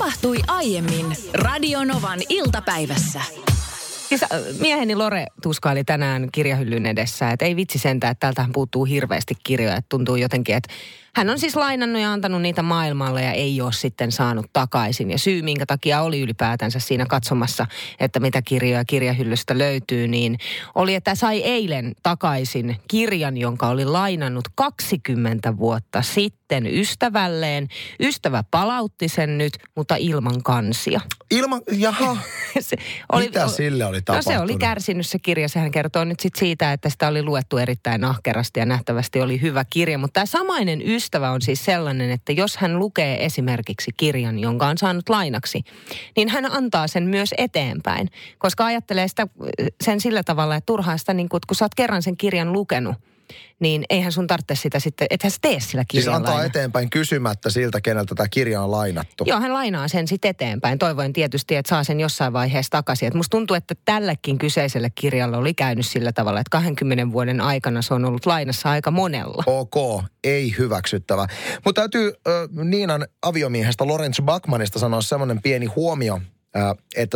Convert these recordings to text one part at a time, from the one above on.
Tapahtui aiemmin Radionovan iltapäivässä. Siis mieheni Lore tuskaili tänään kirjahyllyn edessä, että ei vitsi sentään, että täältähän puuttuu hirveästi kirjoja. Että tuntuu jotenkin, että hän on siis lainannut ja antanut niitä maailmalle ja ei ole sitten saanut takaisin. Ja syy, minkä takia oli ylipäätänsä siinä katsomassa, että mitä kirjoja kirjahyllystä löytyy, niin oli, että sai eilen takaisin kirjan, jonka oli lainannut 20 vuotta sitten ystävälleen. Ystävä palautti sen nyt, mutta ilman kansia. Jaha. Mitä sille oli tapahtunut? No se oli kärsinyt se kirja. Sehän kertoo nyt sit siitä, että sitä oli luettu erittäin ahkerasti ja nähtävästi oli hyvä kirja. Mutta tämä samainen ystävä on siis sellainen, että jos hän lukee esimerkiksi kirjan, jonka on saanut lainaksi, niin hän antaa sen myös eteenpäin. Koska ajattelee sitä sen sillä tavalla, että turhaan sitä, niin kun sä oot kerran sen kirjan lukenut, niin eihän sun tarvitse sitä sitten, ethän sä tee sillä kirjalla. Siis antaa eteenpäin kysymättä siltä, keneltä tämä kirja on lainattu. Joo, hän lainaa sen sitten eteenpäin. Toivoin tietysti, että saa sen jossain vaiheessa takaisin. Et musta tuntuu, että tällekin kyseiselle kirjalle oli käynyt sillä tavalla, että 20 vuoden aikana se on ollut lainassa aika monella. Ok, ei hyväksyttävä. Mutta täytyy Niinan aviomiehestä Lorenz Backmanista sanoa semmoinen pieni huomio, että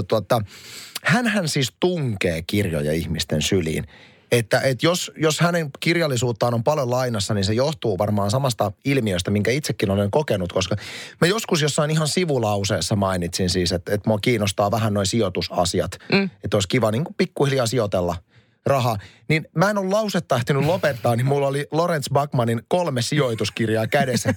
hänhän siis tunkee kirjoja ihmisten syliin. Että jos hänen kirjallisuuttaan on paljon lainassa, niin se johtuu varmaan samasta ilmiöstä, minkä itsekin olen kokenut, koska mä joskus jossain ihan sivulauseessa mainitsin siis, että mua kiinnostaa vähän noi sijoitusasiat. Että olisi kiva niin kuin pikkuhiljaa sijoitella rahaa. Niin mä en ole lausetta ehtinyt lopettaa, niin mulla oli Lorenz Backmanin 3 sijoituskirjaa kädessä.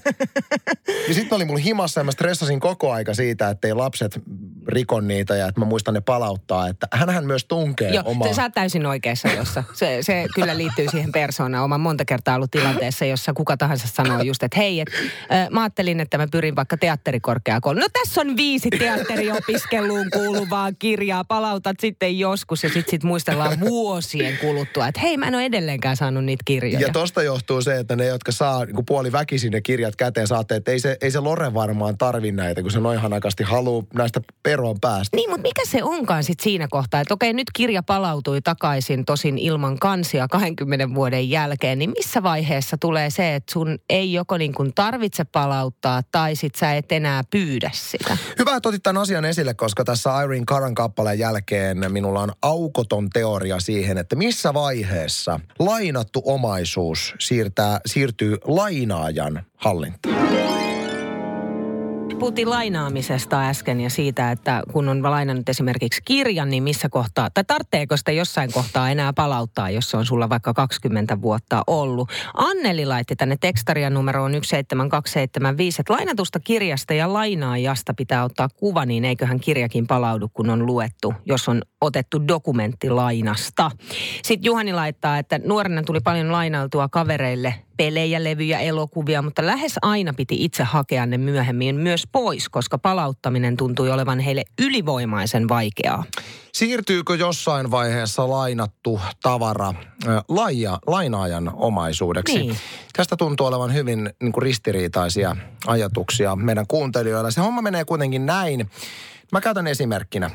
Ja sitten oli mulla himassa ja mä stressasin koko aika siitä, ettei lapset rikon niitä ja että mä muistan ne palauttaa. Että hänhän myös tunkee omaa. Joo, sä oot täysin oikeassa jossa. Se kyllä liittyy siihen persoonaan. Olen monta kertaa ollut tilanteessa, jossa kuka tahansa sanoo just, että hei, mä ajattelin, että mä pyrin vaikka teatterikorkeakouluun. No tässä on 5 teatteriopiskeluun kuuluvaa kirjaa. Palautat sitten joskus ja sit muistellaan vuosien kuluttua. Että hei, mä en ole edelleenkään saanut niitä kirjoja. Ja tosta johtuu se, että ne, jotka saa niin puoli väkisin ne kirjat käteen, saatte, että ei se Lore varmaan tarvi näitä, kun se noin hanakasti haluaa näistä peroon päästä. Niin, mutta mikä se onkaan sitten siinä kohtaa, että okei, nyt kirja palautui takaisin tosin ilman kansia 20 vuoden jälkeen, niin missä vaiheessa tulee se, että sun ei joko niin kuin tarvitse palauttaa tai sit sä et enää pyydä sitä? Hyvä, että otit tämän asian esille, koska tässä Irene Caran kappaleen jälkeen minulla on aukoton teoria siihen, että missä vaiheessa lainattu omaisuus siirtyy lainaajan hallintaan. Puhuttiin lainaamisesta äsken ja siitä, että kun on lainannut esimerkiksi kirjan, niin missä kohtaa, tai tarvitseeko sitä jossain kohtaa enää palauttaa, jos se on sulla vaikka 20 vuotta ollut. Anneli laitti tänne tekstaria numeroon 17275, että lainatusta kirjasta ja lainaajasta pitää ottaa kuva, niin eiköhän kirjakin palaudu, kun on luettu, jos on otettu dokumentti lainasta. Sitten Juhani laittaa, että nuorena tuli paljon lainailtua kavereille pelejä, levyjä, elokuvia, mutta lähes aina piti itse hakea ne myöhemmin myös pois, koska palauttaminen tuntui olevan heille ylivoimaisen vaikeaa. Siirtyykö jossain vaiheessa lainattu tavara lainaajan omaisuudeksi? Niin. Tästä tuntuu olevan hyvin niin kuin ristiriitaisia ajatuksia meidän kuuntelijoilla. Se homma menee kuitenkin näin. Mä käytän esimerkkinä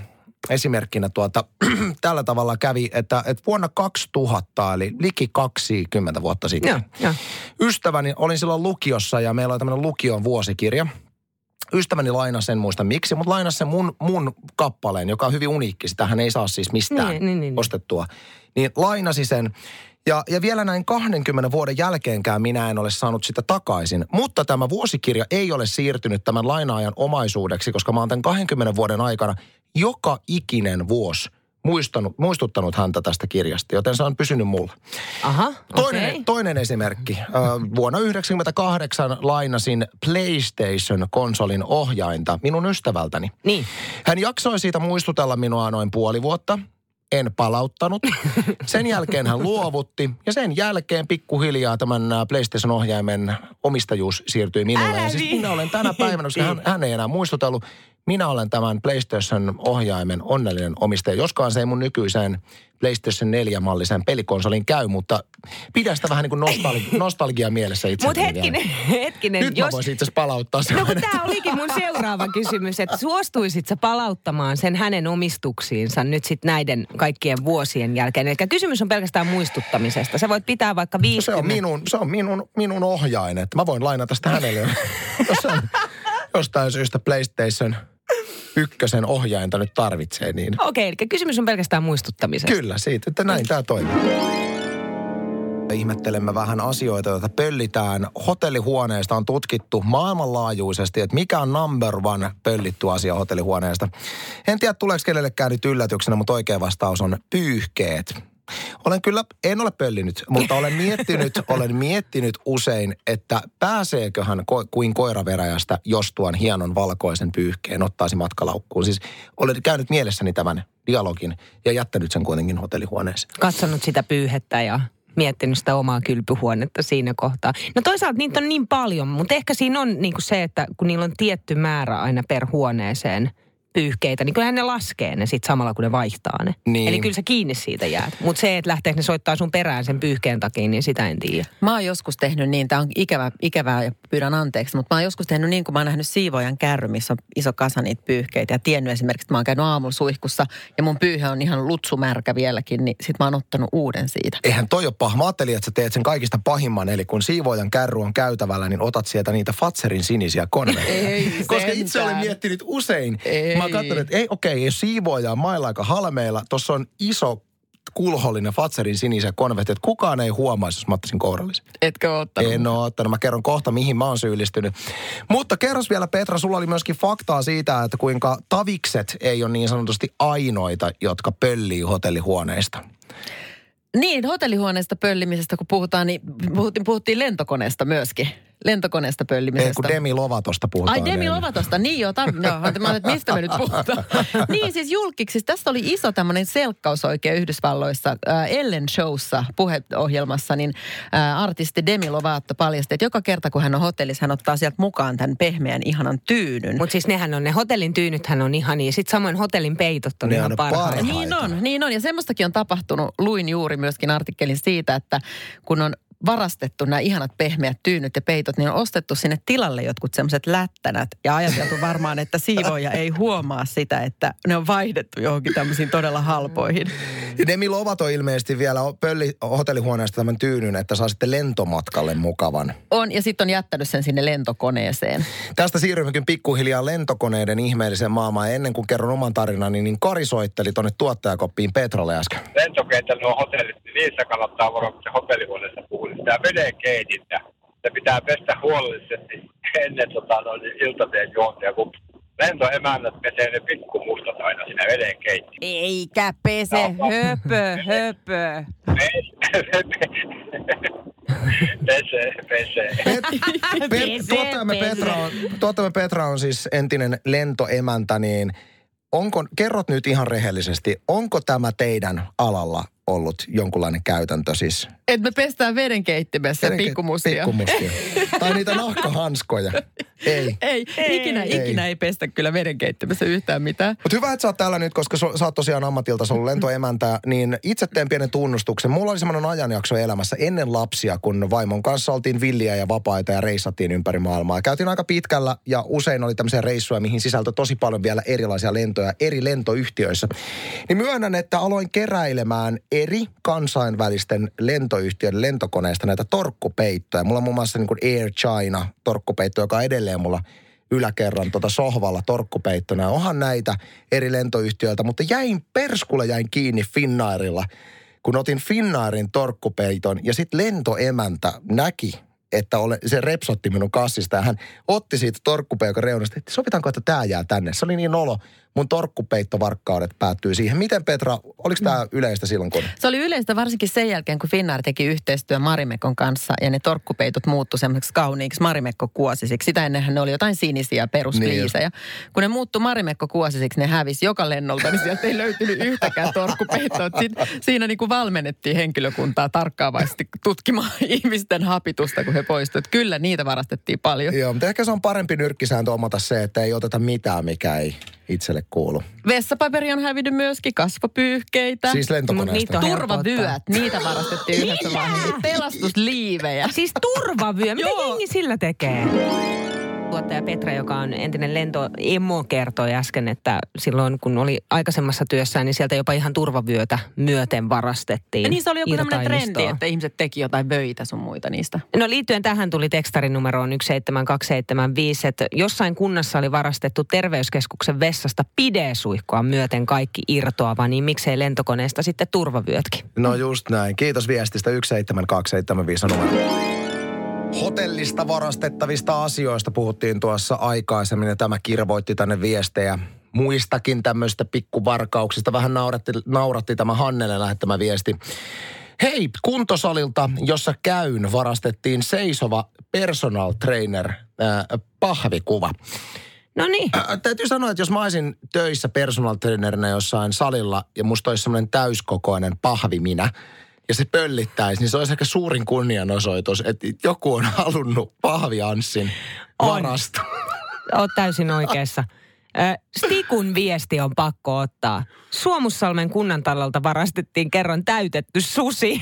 tällä tavalla kävi, että vuonna 2000, eli liki 20 vuotta sitten. Ja. Ystäväni, olin silloin lukiossa ja meillä oli tämmöinen lukion vuosikirja. Ystäväni lainasi sen, muista miksi, mutta lainasi sen mun kappaleen, joka on hyvin uniikki. Sitähän ei saa siis mistään ostettua. Niin lainasi sen. Ja vielä näin 20 vuoden jälkeenkään minä en ole saanut sitä takaisin. Mutta tämä vuosikirja ei ole siirtynyt tämän lainaajan omaisuudeksi, koska mä oon tämän 20 vuoden aikana joka ikinen vuosi muistuttanut häntä tästä kirjasta, joten se on pysynyt mulla. Aha, Toinen esimerkki. Vuonna 1998 lainasin PlayStation-konsolin ohjainta minun ystävältäni. Niin. Hän jaksoi siitä muistutella minua noin puoli vuotta. En palauttanut. Sen jälkeen hän luovutti ja sen jälkeen pikkuhiljaa tämän PlayStation-ohjaimen omistajuus siirtyi minulle. Ja siis minä olen tänä päivänä, koska hän ei enää muistutellut, minä olen tämän PlayStation-ohjaimen onnellinen omistaja. Joskaan se ei mun nykyiseen PlayStation 4-mallisen pelikonsolin käy, mutta pidän sitä vähän niin kuin nostalgia mielessä itse. Mutta hetkinen. Nyt mä voisin itse asiassa palauttaa sen. No kun tämä olikin mun seuraava kysymys, että suostuisit sä palauttamaan sen hänen omistuksiinsa nyt sitten näiden kaikkien vuosien jälkeen? Eli kysymys on pelkästään muistuttamisesta. Sä voit pitää vaikka 50. Se on minun ohjain, että mä voin lainata sitä hänelle, jos on jostain syystä PlayStation ykkösen ohjainta nyt tarvitsee. Niin. Okei, eli kysymys on pelkästään muistuttamisesta. Kyllä, siitä, että näin tämä toimii. Ihmettelemme vähän asioita, joita pöllitään. Hotellihuoneesta on tutkittu maailmanlaajuisesti, että mikä on number one pöllitty asia hotellihuoneesta. En tiedä, tuleeko kenellekään nyt yllätyksenä, mutta oikea vastaus on pyyhkeet. En ole pöllinyt, mutta olen miettinyt usein, että pääseeköhän kuin koiraveräjästä, jos tuon hienon valkoisen pyyhkeen ottaisi matkalaukkuun. Siis olen käynyt mielessäni tämän dialogin ja jättänyt sen kuitenkin hotellihuoneeseen. Katsonut sitä pyyhettä ja miettinyt sitä omaa kylpyhuonetta siinä kohtaa. No toisaalta niitä on niin paljon, mutta ehkä siinä on niin kuin se, että kun niillä on tietty määrä aina per huoneeseen pyyhkeitä, niin kyllähän ne laskee ne sitten samalla, kun ne vaihtaa ne. Niin. Eli kyllä sä kiinni siitä jäät. Mutta se, että lähteekö ne soittaa sun perään sen pyyhkeen takia, niin sitä en tiedä. Mä oon joskus tehnyt niin, tää on ikävää ja pyydän anteeksi, mutta mä oon joskus tehnyt niin, kun mä oon nähnyt siivoojan kärry, missä on iso kasa niitä pyyhkeitä ja tiennyt esimerkiksi, että mä oon käynyt aamulla suihkussa ja mun pyyhe on ihan lutsumärkä vieläkin, niin sit mä oon ottanut uuden siitä. Eihän toi ole paha. Mä ajattelin, että sä teet sen kaikista pahimman, eli kun siivoojan kärry on käytävällä, niin otat sieltä niitä Fazerin sinisiä konveja. Koska itse olen miettinyt usein. Mä katson, että ei siivooja mailla aika halmeilla. Tuossa on iso kulhollinen Fazerin sinisiä konvehteja, että kukaan ei huomaisi, jos mä ottaisin kourallisen. Etkö ottanut? En ole ottanut. Mä kerron kohta, mihin mä oon syyllistynyt. Mutta kerros vielä, Petra, sulla oli myöskin faktaa siitä, että kuinka tavikset ei ole niin sanotusti ainoita, jotka pöllii hotellihuoneista. Niin, hotellihuoneesta pöllimisestä kun puhutaan, niin puhuttiin lentokoneesta myöskin. Lentokoneesta pöllimisestä. Ei, kun Demi Lovatosta puhutaan. Ai Demi Lovatosta, niin joo. Mä olen, että mistä me nyt puhutaan. Niin siis julkiksissa. Tästä oli iso tämmöinen selkkaus oikein Yhdysvalloissa. Ellen Showssa, puheohjelmassa, niin artisti Demi Lovato paljasti, että joka kerta kun hän on hotellissa, hän ottaa sieltä mukaan tämän pehmeän ihanan tyynyn. Mutta siis nehän on, ne hotellin tyynythän on ihania. Sitten samoin hotellin peitot on ihan parhaita. Niin on. Ja semmoistakin on tapahtunut. Luin juuri myöskin artikkelin siitä, että kun on varastettu nämä ihanat pehmeät tyynyt ja peitot, niin on ostettu sinne tilalle jotkut semmoiset lättänät ja ajateltu varmaan, että siivooja ei huomaa sitä, että ne on vaihdettu johonkin tämmöisiin todella halpoihin. Demi Lovato ilmeisesti vielä pölli hotellihuoneesta tämän tyynyn, että saa sitten lentomatkalle mukavan. On, ja sitten on jättänyt sen sinne lentokoneeseen. Tästä siirrymmekin pikkuhiljaa lentokoneiden ihmeelliseen maailmaan. Ennen kuin kerron oman tarinani, niin Kari soitteli tuonne tuottajakoppiin Petralle äsken. Lentokentällä on hotellit, niin niissä kannattaa varoittaa hotellihuoneessa puhua. Sitä vedenkeitintä, se pitää pestä huolellisesti ennen iltateen juontia, kun lentoemännät pesee ne pikkumustat aina siinä vedenkeitintä. Eikä pese, höpö. Pesee. Tuottajamme Petra on siis entinen lentoemäntä, niin kerrot nyt ihan rehellisesti, onko tämä teidän alalla ollut jonkunlainen käytäntö siis? Että me pestään vedenkeittimessä pikkumustia. Tai niitä nahkahanskoja. Ei. Ikinä ei pestä kyllä vedenkeittimessä yhtään mitään. Mutta hyvä, että sä oot täällä nyt, koska sä oot tosiaan ammatilta ollut lentoemäntä, niin itse teen pienen tunnustuksen. Mulla oli semmoinen ajanjakso elämässä ennen lapsia, kun vaimon kanssa oltiin villiä ja vapaita ja reissattiin ympäri maailmaa. Käytiin aika pitkällä ja usein oli tämmöisiä reissuja, mihin sisältö tosi paljon vielä erilaisia lentoja eri lentoyhtiöissä. Niin myönnän, että aloin keräilemään eri kansainvälisten lentoyhtiöiden lentokoneista näitä torkkupeittoja. Mulla on muun muassa niin kuin Air China torkkupeitto, joka on edelleen mulla yläkerran sohvalla torkkupeittona. Onhan näitä eri lentoyhtiöiltä, mutta jäin kiinni Finnairilla, kun otin Finnairin torkkupeiton ja sitten lentoemäntä näki, että se repsotti minun kassista ja hän otti siitä torkkupeikon reunasta, että sopitaanko, että tämä jää tänne. Se oli niin olo. Mun torkkupeittovarkkaudet päättyy siihen. Miten Petra, oliko tämä yleistä silloin kun? Se oli yleistä varsinkin sen jälkeen, kun Finnair teki yhteistyö Marimekon kanssa ja ne torkkupeitot muuttui semmoiksi kauniiksi Marimekko-kuosisiksi. Sitä ennenhän ne oli jotain sinisiä perusfliisejä. Niin. Kun ne muuttui Marimekko-kuosisiksi, ne hävisi joka lennolta, niin sieltä ei löytynyt yhtäkään torkkupeittoa. Siinä niin kuin valmennettiin henkilökuntaa tarkkaavaisesti tutkimaan ihmisten hapitusta, kun he poistuivat. Kyllä niitä varastettiin paljon. Joo, mutta ehkä se on parempi nyrkkisääntö omata se, että ei oteta mitään, mikä ei itselle kuulu. Vessapaperi on hävinnyt myöskin, kasvopyyhkeitä. Siis lentokoneesta. Turvavyöt, niitä varastettiin yhdessä vaiheessa. Pelastusliivejä. Siis turvavyö, mitä jengi sillä tekee? lentotuottaja Petra, joka on entinen lentoemo, kertoi äsken, että silloin kun oli aikaisemmassa työssään, niin sieltä jopa ihan turvavyötä myöten varastettiin. Ja niissä oli joku tämmöinen irtaimistoa. trendi, että ihmiset teki jotain vöitä sun muita niistä. No liittyen tähän tuli tekstarin numeroon 17275, että jossain kunnassa oli varastettu terveyskeskuksen vessasta pidesuihkoa myöten kaikki irtoava, niin miksei lentokoneesta sitten turvavyötkin? No just näin. Kiitos viestistä 17275 numero. Hotellista varastettavista asioista puhuttiin tuossa aikaisemmin ja tämä kirvoitti tänne viestejä. Muistakin tämmöistä pikkuvarkauksista. Vähän nauratti tämä Hannelle lähettämä viesti. Hei, kuntosalilta, jossa käyn, varastettiin seisova personal trainer pahvikuva. No niin. Täytyy sanoa, että jos mä olisin töissä personal trainerina jossain salilla ja musta olisi semmoinen täyskokoinen pahvi minä, ja se pöllittäisi, niin se olisi ehkä suurin kunnianosoitus, että joku on halunnut pahvianssin varasta. Oot täysin oikeassa. Stikun viesti on pakko ottaa. Suomussalmen kunnantalolta varastettiin kerran täytetty susi.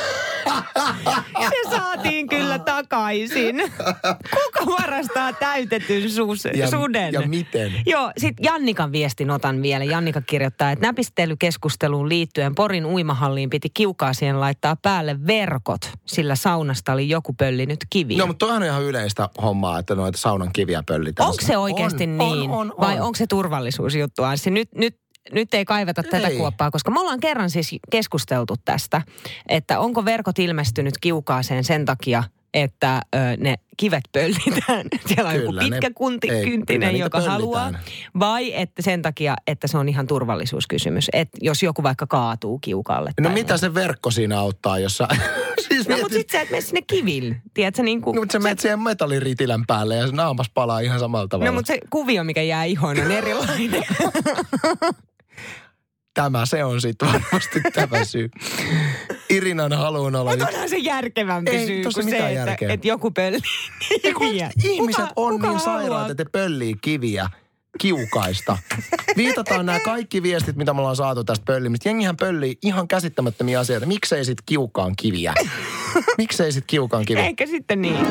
Se saatiin kyllä takaisin. Kuka varastaa täytetyn suden? Ja miten? Joo, sitten Jannikan viestin otan vielä. Jannika kirjoittaa, että näpistelykeskusteluun liittyen Porin uimahalliin piti kiukaasien laittaa päälle verkot, sillä saunasta oli joku pöllinyt kiviä. No, mutta toihan on ihan yleistä hommaa, että noita saunan kiviä pöllitään. Onko se oikeasti niin? Vai onko se turvallisuusjuttu, Anssi? Nyt ei kaiveta tätä kuoppaa, koska me ollaan kerran siis keskusteltu tästä, että onko verkot ilmestynyt kiukaaseen sen takia, että ne kivet pöllitään. Siellä on joku pitkä kyntinen, joka haluaa. Vai että sen takia, että se on ihan turvallisuuskysymys. Että jos joku vaikka kaatuu kiukaalle. No mitä se verkko siinä auttaa, jos sä... siis no mutta sit sä et mene sinne kiville. Tiedätkö niin kuin... No mutta sä menet siihen metalliritilän päälle ja se naamas palaa ihan samalla tavalla. No mutta se kuvio, mikä jää ihoon, on erilainen. Se on sitten varmasti tämä syy. Irinan haluun olla... Mutta onhan se järkevämpi syy kuin se, että joku pöllii kiviä. Ihmiset on niin sairaat, että pöllii kiviä kiukaista. Viitataan nämä kaikki viestit, mitä me ollaan saatu tästä pöllimistä. Jengihän pöllii ihan käsittämättömiä asioita. Miksei sit kiukaan kiviä? Miksei sit kiukaan kiviä? Eikä sitten niin.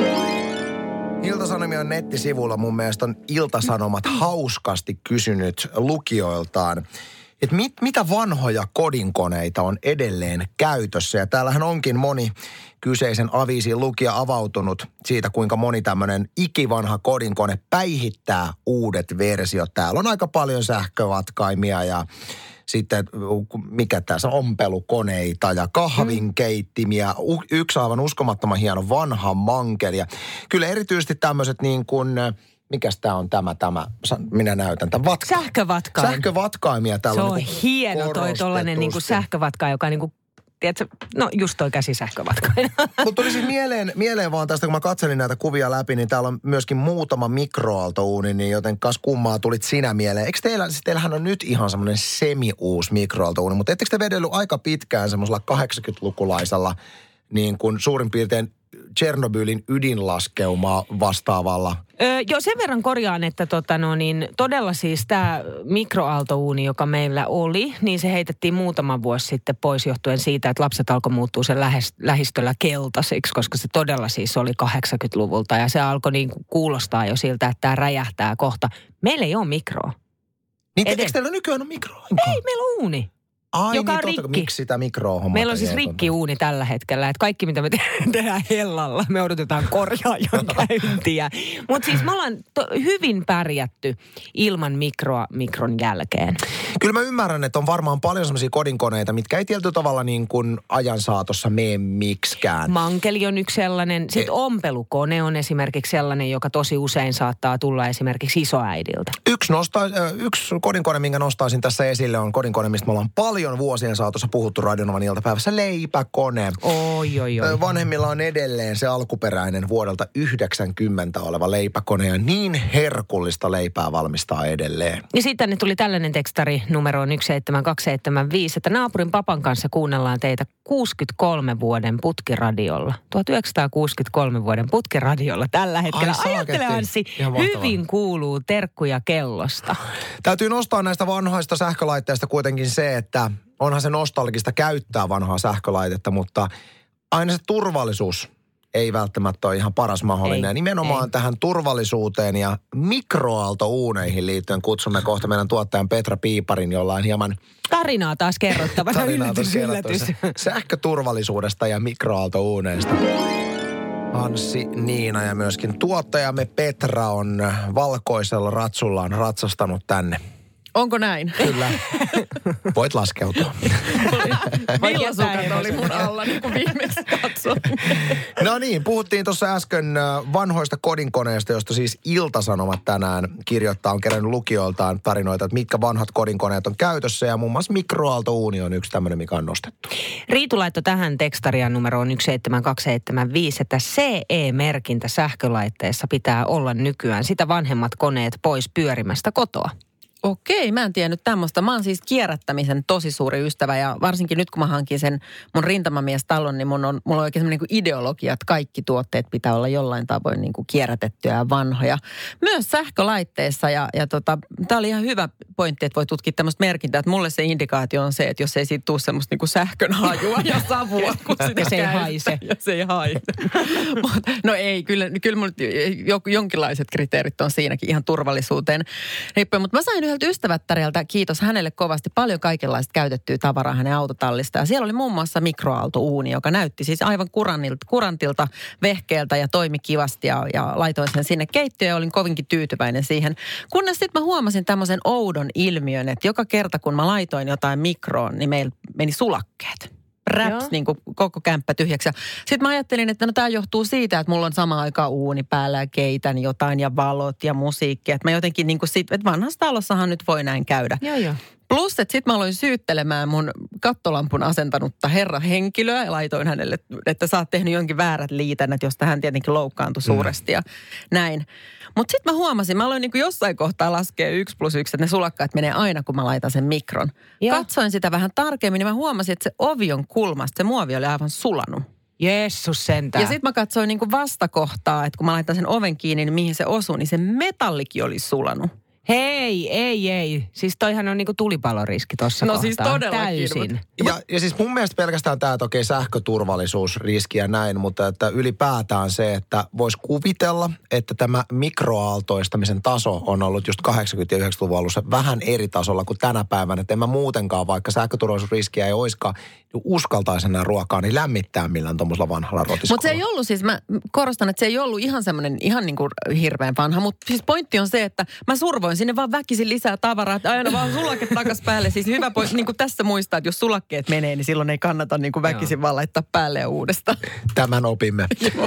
Ilta-Sanomien nettisivulla mun mielestä on Ilta-Sanomat hauskasti kysynyt lukijoiltaan, että mitä vanhoja kodinkoneita on edelleen käytössä. Ja täällähän onkin moni kyseisen aviisin lukija avautunut siitä, kuinka moni tämmöinen ikivanha kodinkone päihittää uudet versiot. Täällä on aika paljon sähkövatkaimia ja sitten mikä tässä on, ompelukoneita ja kahvinkeittimiä. Yksi aivan uskomattoman hieno vanha mankeli. Ja kyllä erityisesti tämmöiset niin kuin... Mikäs tää on tämä? Minä näytän tämän. Sähkövatkaimia täällä on niinku hieno toi tollanen niinku sähkövatkain, joka niinku, tiedätkö, no just toi käsisähkövatkain. Mutta tuli siis mieleen vaan tästä, kun mä katselin näitä kuvia läpi, niin täällä on myöskin muutama mikroaaltouuni, niin joten kas kummaa tulit sinä mieleen. Eikö teillähän on nyt ihan semmoinen semi-uusi mikroaaltouuni, mutta ettekö te vedellyt aika pitkään semmoisella 80-lukulaisella niin kuin suurin piirtein Tšernobylin ydinlaskeumaa vastaavalla? Joo, sen verran korjaan, että todella siis tämä mikroaaltouuni, joka meillä oli, niin se heitettiin muutama vuosi sitten pois johtuen siitä, että lapset alkoi muuttua sen lähistöllä keltaisiksi, koska se todella siis oli 80-luvulta ja se alkoi niin kuulostaa jo siltä, että tämä räjähtää kohta. Meillä ei ole mikroa. Niin eikö teillä nykyään ole mikroa? Ei, meillä on uuni. Ai joka niin, on rikki. Miksi sitä mikroa meillä on siis rikkiuuni tällä hetkellä, että kaikki mitä me tehdään hellalla, me odotetaan korjaajan käyntiä. Mutta siis me ollaan hyvin pärjätty ilman mikron jälkeen. Kyllä mä ymmärrän, että on varmaan paljon sellaisia kodinkoneita, mitkä ei tietyllä tavalla niin kuin ajan saatossa mene miksikään. Mankeli on yksi sellainen. Sitten ompelukone on esimerkiksi sellainen, joka tosi usein saattaa tulla esimerkiksi isoäidiltä. Yksi kodinkone, minkä nostaisin tässä esille, on kodinkone, mistä me ollaan paljon vuosien saatossa puhuttu Radio Novan iltapäivässä, leipäkone. Oi. Vanhemmilla on edelleen se alkuperäinen vuodelta 90 oleva leipäkone ja niin herkullista leipää valmistaa edelleen. Ja sitten tuli tällainen tekstari numeroon 17275, että naapurin papan kanssa kuunnellaan teitä 63 vuoden putkiradiolla. 1963 vuoden putkiradiolla tällä hetkellä. Ajattele, Anssi, hyvin kuuluu terkkuja kellosta. Täytyy nostaa näistä vanhoista sähkölaitteista kuitenkin se, että onhan se nostalgista käyttää vanhaa sähkölaitetta, mutta aina se turvallisuus ei välttämättä ole ihan paras mahdollinen. Ja nimenomaan tähän turvallisuuteen ja mikroaaltouuneihin liittyen kutsumme kohta meidän tuottajan Petra Piiparin, jolla on hieman tarinaa taas kerrottavana. Yllätys. Sähköturvallisuudesta ja mikroaaltouuneista. Anssi, Niina ja myöskin tuottajamme Petra on valkoisella ratsullaan ratsastanut tänne. Onko näin? Kyllä. Voit laskeutua. Villasukat oli mun alla, niin kuin viimeksi katsoin. No niin, puhuttiin tuossa äsken vanhoista kodinkoneista, josta siis Ilta-Sanomat tänään kirjoittaa, on kerännyt lukijoiltaan tarinoita, että mitkä vanhat kodinkoneet on käytössä. Ja muun muassa mikroaaltouuni on yksi tämmöinen, mikä on nostettu. Riitu laittoi tähän tekstarian numeroon 17275, että CE-merkintä sähkölaitteessa pitää olla nykyään. Sitä vanhemmat koneet pois pyörimästä kotoa. Okei, mä en tiennyt tämmöistä. Mä oon siis kierrättämisen tosi suuri ystävä ja varsinkin nyt kun mä hankin sen mun rintamamiestalon, niin mulla on oikein semmoinen niin ideologia, että kaikki tuotteet pitää olla jollain tavoin niin kuin kierrätettyjä ja vanhoja. Myös sähkölaitteissa ja tää oli ihan hyvä pointti, että voi tutkia tämmöistä merkintää, että mulle se indikaatio on se, että jos ei siitä tule semmoista niin kuin sähkön hajua ja savua, kun sitä se ei haise. Ja se ei haise. No ei, kyllä mulla jonkinlaiset kriteerit on siinäkin ihan turvallisuuteen riippuen, mutta mä sain yhdeltä ystävättäriltä, kiitos hänelle kovasti, paljon kaikenlaista käytettyä tavaraa hänen autotallista. Ja siellä oli muun muassa mikroaaltouuni, joka näytti siis aivan kurantilta vehkeeltä ja toimi kivasti ja laitoin sen sinne keittiöön ja olin kovinkin tyytyväinen siihen. Kunnes sitten mä huomasin tämmöisen oudon ilmiön, että joka kerta kun mä laitoin jotain mikroon, niin meillä meni sulakkeet. Räps, niin kuin koko kämppä tyhjäksi. Sitten mä ajattelin, että no tämä johtuu siitä, että mulla on sama aika uuni päällä ja keitän jotain ja valot ja musiikkia. Että mä jotenkin niin kuin siitä, että vanhassa talossahan nyt voi näin käydä. Joo. Plus, että sitten mä aloin syyttelemään mun kattolampun asentanutta herrahenkilöä ja laitoin hänelle, että sä oot tehnyt jonkin väärät liitännät, josta hän tietenkin loukkaantui suuresti ja näin. Mutta sitten mä huomasin, mä aloin niin kuin jossain kohtaa laskea 1+1, että ne sulakkaat menee aina, kun mä laitan sen mikron. Ja katsoin sitä vähän tarkemmin, niin mä huomasin, että se ovi on kulmasta, se muovi oli aivan sulanut. Jeesus sentään. Ja sitten mä katsoin niin kuin vastakohtaa, että kun mä laitan sen oven kiinni, niin mihin se osuu, niin se metallikin oli sulanut. Hei, ei. Siis toihan on niinku tulipaloriski tuossa kohtaa. No siis todellakin. Täysin. Ja siis mun mielestä pelkästään tämä toki sähköturvallisuusriski ja näin, mutta että ylipäätään se, että voisi kuvitella, että tämä mikroaaltoistamisen taso on ollut just 80- ja 90-luvun alussa vähän eri tasolla kuin tänä päivänä. Että en mä muutenkaan, vaikka sähköturvallisuusriskiä ei oiskaan, uskaltaisi enää ruokaa, niin lämmittää millään tuommoisella vanhalla rotiskolla. Mutta se ei ollut siis, mä korostan, että se ei ollut ihan semmoinen, ihan niin kuin hirveän vanha, mutta siis pointti on se, että mä survoin sinne vaan väkisin lisää tavaraa, että aina vaan sulakkeet takas päälle. Siis hyvä pointti, niin kuin tässä muistaa, että jos sulakkeet menee, niin silloin ei kannata niin kuin väkisin vaan laittaa päälle ja uudestaan. Tämän opimme.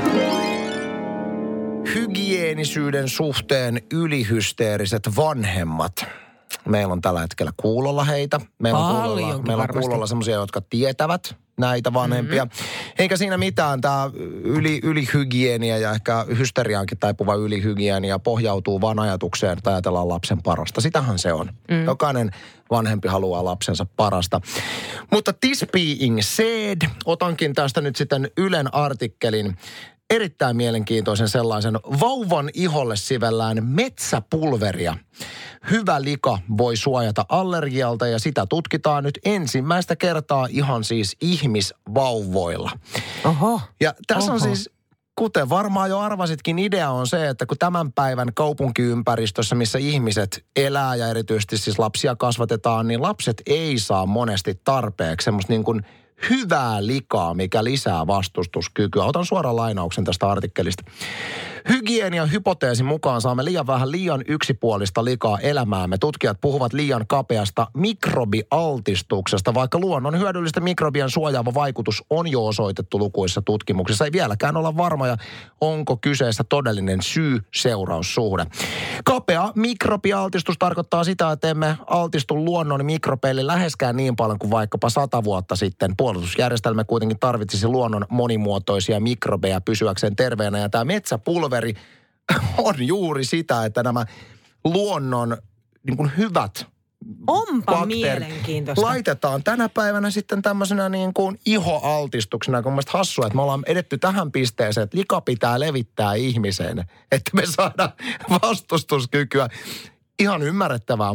Hygienisyyden suhteen ylihysteeriset vanhemmat. Meillä on tällä hetkellä kuulolla heitä. Meillä on kuulolla semmoisia, jotka tietävät näitä vanhempia. Eikä siinä mitään. Tämä ylihygienia ja ehkä hysteriaankin taipuva ylihygienia pohjautuu vaan ajatukseen, että ajatellaan lapsen parasta. Sitähän se on. Jokainen vanhempi haluaa lapsensa parasta. Mutta this being said, otankin tästä nyt sitten Ylen artikkelin. Erittäin mielenkiintoisen sellaisen vauvan iholle sivellään metsäpulveria. Hyvä lika voi suojata allergialta ja sitä tutkitaan nyt ensimmäistä kertaa ihan siis ihmisvauvoilla. Oho. Ja tässä on siis, kuten varmaan jo arvasitkin, idea on se, että kun tämän päivän kaupunkiympäristössä, missä ihmiset elää ja erityisesti siis lapsia kasvatetaan, niin lapset ei saa monesti tarpeeksi semmoista niin kuin hyvää likaa, mikä lisää vastustuskykyä. Otan suoran lainauksen tästä artikkelista. Hygienian hypoteesin mukaan saamme liian yksipuolista likaa elämäämme. Tutkijat puhuvat liian kapeasta mikrobialtistuksesta, vaikka luonnon hyödyllistä mikrobien suojaava vaikutus on jo osoitettu lukuissa tutkimuksissa. Ei vieläkään olla varmoja, onko kyseessä todellinen syy-seuraussuhde. Kapea mikrobialtistus tarkoittaa sitä, että emme altistu luonnon mikrobeille läheskään niin paljon kuin vaikkapa 100 vuotta sitten. Puolustusjärjestelmä kuitenkin tarvitsisi luonnon monimuotoisia mikrobeja pysyäkseen terveenä, ja tämä metsäpulveri on juuri sitä, että nämä luonnon niin kuin hyvät onpa mielenkiintoista. Laitetaan tänä päivänä sitten tämmöisenä niin kuin ihoaltistuksena, kun mielestäni hassua, että me ollaan edetty tähän pisteeseen, että lika pitää levittää ihmiseen, että me saadaan vastustuskykyä. Ihan ymmärrettävää, mutta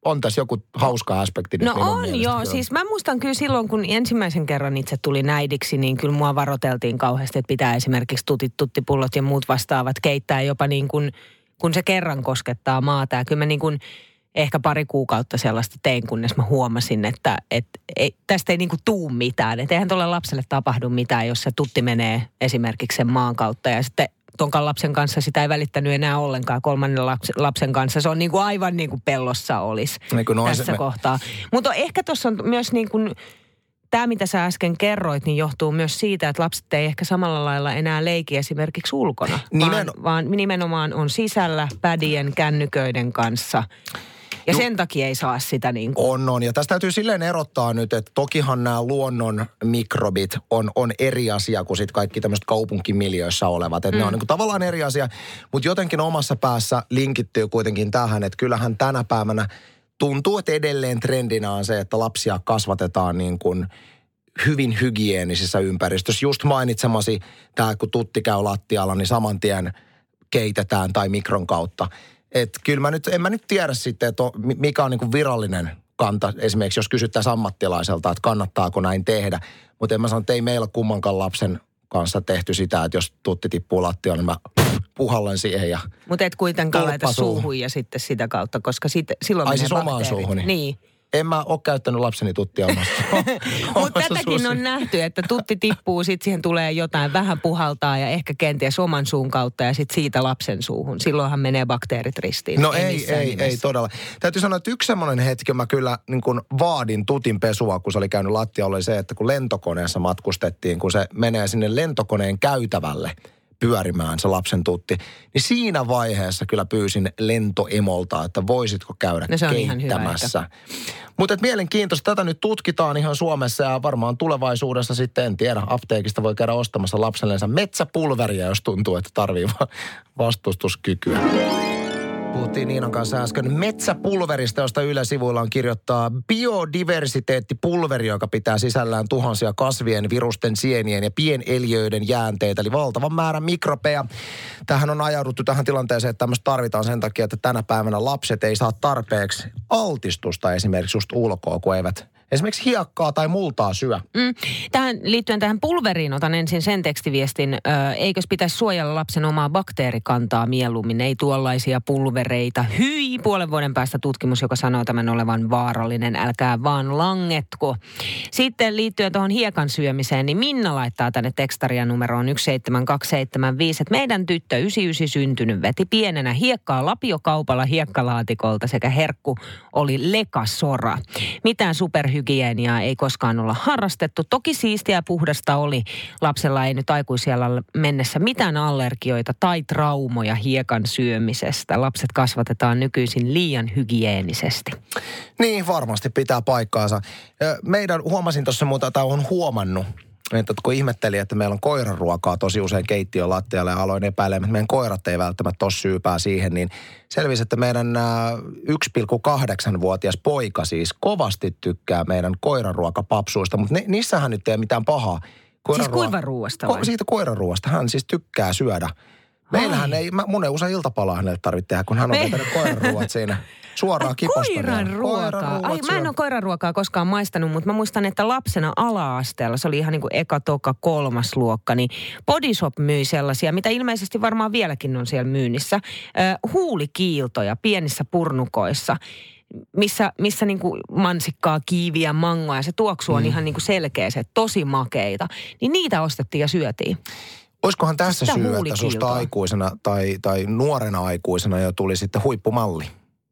on tässä joku hauska aspekti. No on joo, siis mä muistan kyllä silloin, kun ensimmäisen kerran itse tuli äidiksi, niin kyllä mua varoteltiin kauheasti, että pitää esimerkiksi tuttipullot ja muut vastaavat keittää jopa niin kuin, kun se kerran koskettaa maata. Ja kyllä mä niin kuin ehkä pari kuukautta sellaista tein, kunnes mä huomasin, että tästä ei niin kuin tuu mitään. Että eihän tuolle lapselle tapahdu mitään, jos se tutti menee esimerkiksi sen maan kautta ja sitten tonkaan lapsen kanssa sitä ei välittänyt enää ollenkaan. Kolmannen lapsen kanssa se on niin kuin aivan niin kuin pellossa olisi tässä kohtaa. Mutta ehkä tuossa on myös niin kuin, tämä mitä sä äsken kerroit, niin johtuu myös siitä, että lapset ei ehkä samalla lailla enää leiki esimerkiksi ulkona. Vaan nimenomaan on sisällä pädien, kännyköiden kanssa. Ja sen takia ei saa sitä niin kuin. On. Ja tästä täytyy silleen erottaa nyt, että tokihan nämä luonnon mikrobit on eri asia kuin sitten kaikki tämmöiset kaupunkimiljöissä olevat. Että ne on niin kuin tavallaan eri asia, mutta jotenkin omassa päässä linkittyy kuitenkin tähän, että kyllähän tänä päivänä tuntuu, että edelleen trendinä on se, että lapsia kasvatetaan niin kuin hyvin hygieenisissä ympäristössä. Just mainitsemasi tämä, kun tutti käy lattialla, niin saman tien keitetään tai mikron kautta. Että kyllä en mä nyt tiedä sitten, että mikä on niin kuin virallinen kanta. Esimerkiksi jos kysyttäisiin ammattilaiselta, että kannattaako näin tehdä. Mutta en mä sano, että ei meillä kummankaan lapsen kanssa tehty sitä, että jos tutti tippuu lattiaan, niin mä puhallan siihen ja mutta et kuitenkaan laita suuhun ja sitten sitä kautta, koska silloin menee siis omaan suuhuni? Niin. En mä ole käyttänyt lapseni tuttia omassa. Mutta tätäkin on nähty, että tutti tippuu, sitten siihen tulee jotain, vähän puhaltaa ja ehkä kenties oman suun kautta ja sitten siitä lapsen suuhun. Silloinhan menee bakteerit ristiin. No ei todella. Täytyy sanoa, että yksi semmoinen hetki, mä kyllä niin kun vaadin tutin pesua, kun se oli käynyt lattialla, oli se, että kun lentokoneessa matkustettiin, kun se menee sinne lentokoneen käytävälle pyörimään se lapsen tutti, niin siinä vaiheessa kyllä pyysin lentoemolta, että voisitko käydä keittämässä. Mutta mielenkiintoista, tätä nyt tutkitaan ihan Suomessa ja varmaan tulevaisuudessa sitten, en tiedä, apteekista voi käydä ostamassa lapsellensa metsäpulveria, jos tuntuu, että tarvii vastustuskykyä. Puhuttiin Niinan kanssa äsken metsäpulverista, josta Yle sivuilla on kirjoittaa biodiversiteettipulveri, joka pitää sisällään tuhansia kasvien, virusten, sienien ja pieneliöiden jäänteitä, eli valtavan määrän mikrobeja. Tähän on ajauduttu tähän tilanteeseen, että tämmöistä tarvitaan sen takia, että tänä päivänä lapset ei saa tarpeeksi altistusta esimerkiksi just ulkoa, kun eivät esimerkiksi hiekkaa tai multaa syö. Liittyen tähän pulveriin otan ensin sen tekstiviestin. Eikös pitäisi suojella lapsen omaa bakteerikantaa mieluummin? Ei tuollaisia pulvereita. Hyi, puolen vuoden päästä tutkimus, joka sanoo tämän olevan vaarallinen. Älkää vaan langetko. Sitten liittyen tuohon hiekan syömiseen, niin Minna laittaa tänne tekstaria numeroon 17275, että meidän tyttö 99 syntynyt veti pienenä hiekkaa lapiokaupalla hiekkalaatikolta sekä herkku oli lekasora. Mitään superhygieniaa ei koskaan olla harrastettu. Toki siistiä ja puhdasta oli. Lapsella ei nyt aikuisiellä mennessä mitään allergioita tai traumoja hiekan syömisestä. Lapset kasvatetaan nykyisin liian hygieenisesti. Niin, varmasti pitää paikkaansa. Huomasin tuossa muuta, tai on huomannut, että kun ihmettelin, että meillä on koiranruokaa tosi usein keittiön lattialla ja aloin epäilemään, että meidän koirat ei välttämättä ole syypää siihen, niin selvisi, että meidän 1,8-vuotias poika siis kovasti tykkää meidän koiranruokapapsuista, mutta niissähän nyt ei ole mitään pahaa. Siis kuivaruuasta vai? Siitä koiranruoasta. Hän siis tykkää syödä. Meillähän mun ei usein iltapalaa hänelle tarvitse tehdä, kun hän on vetänyt koiranruoat siinä. Suoraan kiposta. Koiranruokaa. Mä en ole koiranruokaa koskaan maistanut, mutta mä muistan, että lapsena ala-asteella, se oli ihan niin kuin eka, toka, 3. luokka, niin Body Shop myi sellaisia, mitä ilmeisesti varmaan vieläkin on siellä myynnissä, huulikiiltoja pienissä purnukoissa, missä niin kuin mansikkaa, kiiviä, mangoa ja se tuoksu on ihan niin kuin selkeä, se tosi makeita. Niin niitä ostettiin ja syötiin. Olisikohan tässä syy, että susta aikuisena tai nuorena aikuisena jo tuli sitten huippumalli?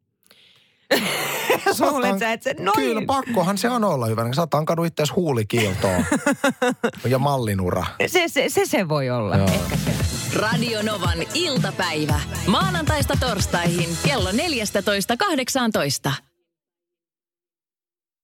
Luulet sä, että se noin? Kyllä, pakkohan se on olla hyvä. Sä oot tankannut itseäsi huulikiiltoon ja mallinura. Se voi olla. Joo. Ehkä se. Radio Novan iltapäivä. Maanantaista torstaihin kello 14.18.